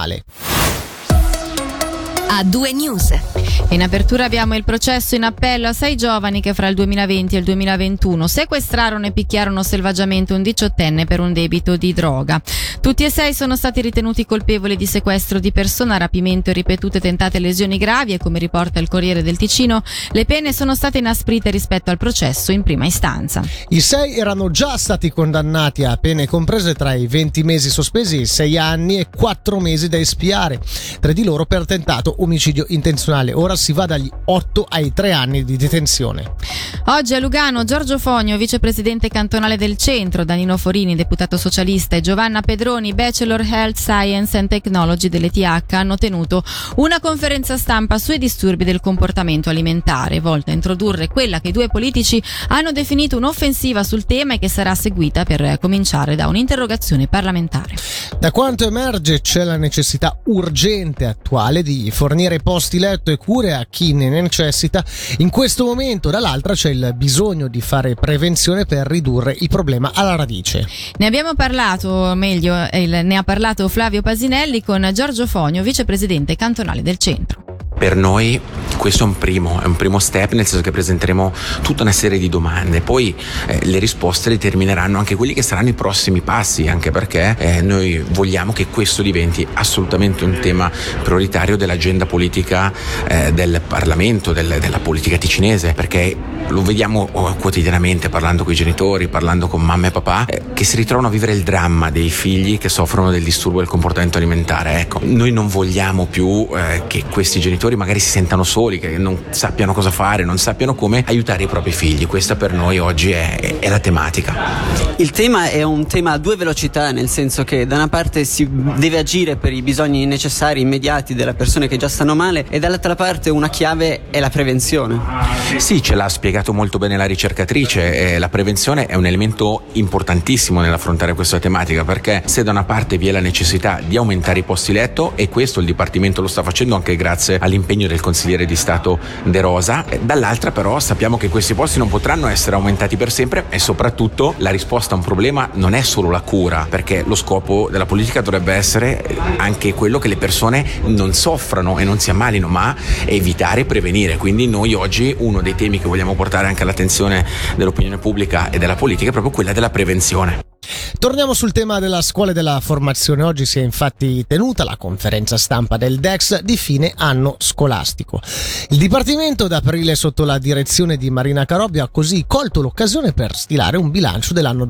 intenzionale. A2 News. In apertura abbiamo il processo in appello a 6 giovani che fra il 2020 e il 2021 sequestrarono e picchiarono selvaggiamente un 18enne per un debito di droga. Tutti e 6 sono stati ritenuti colpevoli di sequestro di persona, rapimento e ripetute tentate lesioni gravi e, come riporta il Corriere del Ticino, le pene sono state inasprite rispetto al processo in prima istanza. I 6 erano già stati condannati a pene comprese tra i 20 mesi sospesi e i 6 anni e 4 mesi da espiare. 3 di loro per tentato omicidio intenzionale. Ora si va dagli 8 ai 3 anni di detenzione. Oggi a Lugano Giorgio Fogno, vicepresidente cantonale del Centro, Danilo Forini, deputato socialista, e Giovanna Pedroni, Bachelor Health Science and Technology dell'ETH, hanno tenuto una conferenza stampa sui disturbi del comportamento alimentare, volta a introdurre quella che i due politici hanno definito un'offensiva sul tema e che sarà seguita per cominciare da un'interrogazione parlamentare. Da quanto emerge c'è la necessità urgente attuale di fornire posti letto e cure a chi ne necessita in questo momento, dall'altra c'è il bisogno di fare prevenzione per ridurre il problema alla radice. Ne abbiamo parlato, ne ha parlato Flavio Pasinelli con Giorgio Fogno, vicepresidente cantonale del Centro. Per noi questo è un primo step, nel senso che presenteremo tutta una serie di domande, poi le risposte determineranno anche quelli che saranno i prossimi passi, anche perché noi vogliamo che questo diventi assolutamente un tema prioritario dell'agenda politica del Parlamento, della politica ticinese, perché lo vediamo quotidianamente parlando con i genitori, parlando con mamma e papà, che si ritrovano a vivere il dramma dei figli che soffrono del disturbo del comportamento alimentare. Ecco, noi non vogliamo più che questi genitori magari si sentano soli, che non sappiano cosa fare, non sappiano come aiutare i propri figli. Questa per noi oggi è la tematica. Il tema è un tema a due velocità, nel senso che da una parte si deve agire per i bisogni necessari immediati delle persone che già stanno male e dall'altra parte una chiave è la prevenzione. Sì, ce l'ha spiegato molto bene la ricercatrice. La prevenzione è un elemento importantissimo nell'affrontare questa tematica, perché se da una parte vi è la necessità di aumentare i posti letto, e questo il Dipartimento lo sta facendo anche grazie all'impegno del consigliere di Stato De Rosa, dall'altra però sappiamo che questi posti non potranno essere aumentati per sempre, e soprattutto la risposta a un problema non è solo la cura, perché lo scopo della politica dovrebbe essere anche quello che le persone non soffrano e non si ammalino, ma evitare e prevenire. Quindi noi oggi uno dei temi che vogliamo portare anche all'attenzione dell'opinione pubblica e della politica è proprio quella della prevenzione. Torniamo sul tema della scuola e della formazione. Oggi si è infatti tenuta la conferenza stampa del DEX di fine anno scolastico. Il Dipartimento ad aprile, sotto la direzione di Marina Carobbio, ha così colto l'occasione per stilare un bilancio dell'anno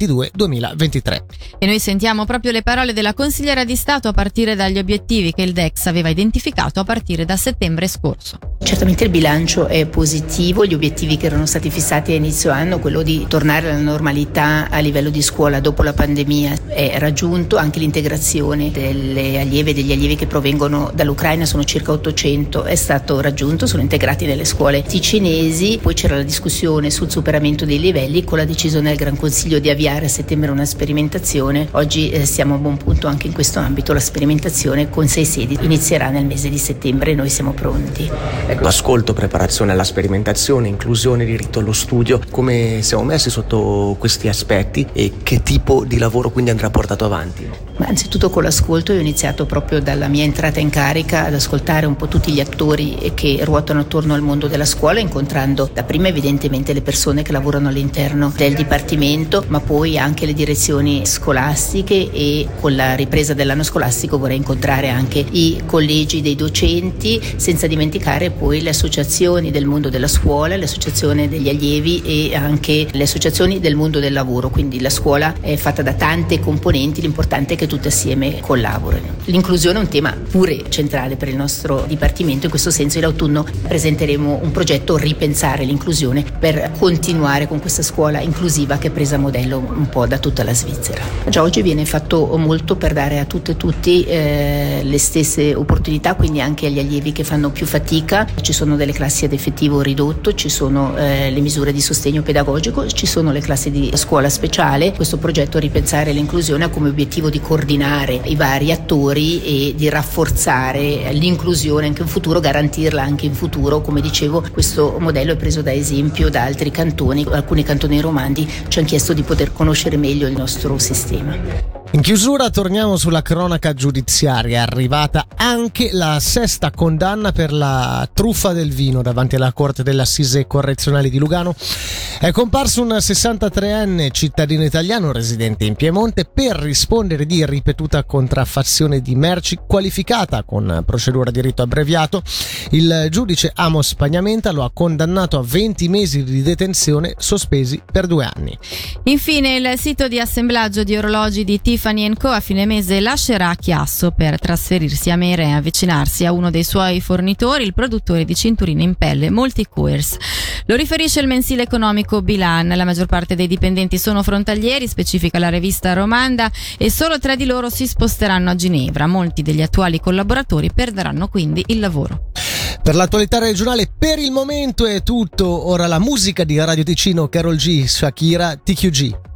2022-2023. E noi sentiamo proprio le parole della consigliera di Stato a partire dagli obiettivi che il DEX aveva identificato a partire da settembre scorso. Certamente il bilancio è positivo, gli obiettivi che erano stati fissati a inizio anno, quello di tornare alla normalità a livello di scuola dopo la pandemia, è raggiunto. Anche l'integrazione delle allieve e degli allievi che provengono dall'Ucraina, sono circa 800, è stato raggiunto, sono integrati nelle scuole ticinesi. Poi c'era la discussione sul superamento dei livelli, con la decisione del Gran Consiglio di avviare a settembre una sperimentazione. Oggi siamo a buon punto anche in questo ambito, la sperimentazione con 6 sedi inizierà nel mese di settembre e noi siamo pronti. Ascolto, preparazione alla sperimentazione, inclusione, diritto allo studio, come siamo messi sotto questi aspetti e che tipo di lavoro quindi andrà portato avanti? Anzitutto con l'ascolto. Io ho iniziato proprio dalla mia entrata in carica ad ascoltare un po' tutti gli attori che ruotano attorno al mondo della scuola, incontrando dapprima evidentemente le persone che lavorano all'interno del Dipartimento, ma poi anche le direzioni scolastiche, e con la ripresa dell'anno scolastico vorrei incontrare anche i collegi dei docenti, senza dimenticare poi le associazioni del mondo della scuola, le associazioni degli allievi e anche le associazioni del mondo del lavoro. Quindi la scuola è fatta da tante componenti, l'importante è che tutte assieme collaborino. L'inclusione è un tema pure centrale per il nostro Dipartimento. In questo senso in autunno presenteremo un progetto Ripensare l'inclusione, per continuare con questa scuola inclusiva che è presa a modello un po' da tutta la Svizzera. Già oggi viene fatto molto per dare a tutte e tutti le stesse opportunità, quindi anche agli allievi che fanno più fatica. Ci sono delle classi ad effettivo ridotto, ci sono le misure di sostegno pedagogico, ci sono le classi di scuola speciale. Questo progetto Ripensare l'inclusione ha come obiettivo di coordinare i vari attori e di rafforzare l'inclusione anche in futuro, garantirla anche in futuro. Come dicevo, questo modello è preso da esempio da altri cantoni. Alcuni cantoni romandi ci hanno chiesto di poter conoscere meglio il nostro sistema. In chiusura torniamo sulla cronaca giudiziaria. È arrivata anche la sesta condanna per la truffa del vino davanti alla Corte dell'Assise Correzionale di Lugano. È comparso un 63enne cittadino italiano residente in Piemonte per rispondere di ripetuta contraffazione di merci qualificata con procedura di rito abbreviato. Il giudice Amos Pagnamenta lo ha condannato a 20 mesi di detenzione sospesi per 2 anni. Infine, il sito di assemblaggio di orologi di Tiffany & Co. a fine mese lascerà Chiasso per trasferirsi a Mera e avvicinarsi a uno dei suoi fornitori, il produttore di cinturine in pelle Multicoers. Lo riferisce il mensile economico Bilan. La maggior parte dei dipendenti sono frontalieri, specifica la rivista Romanda, e solo 3 di loro si sposteranno a Ginevra. Molti degli attuali collaboratori perderanno quindi il lavoro. Per l'attualità regionale per il momento è tutto. Ora la musica di Radio Ticino, Karol G, Shakira, TQG.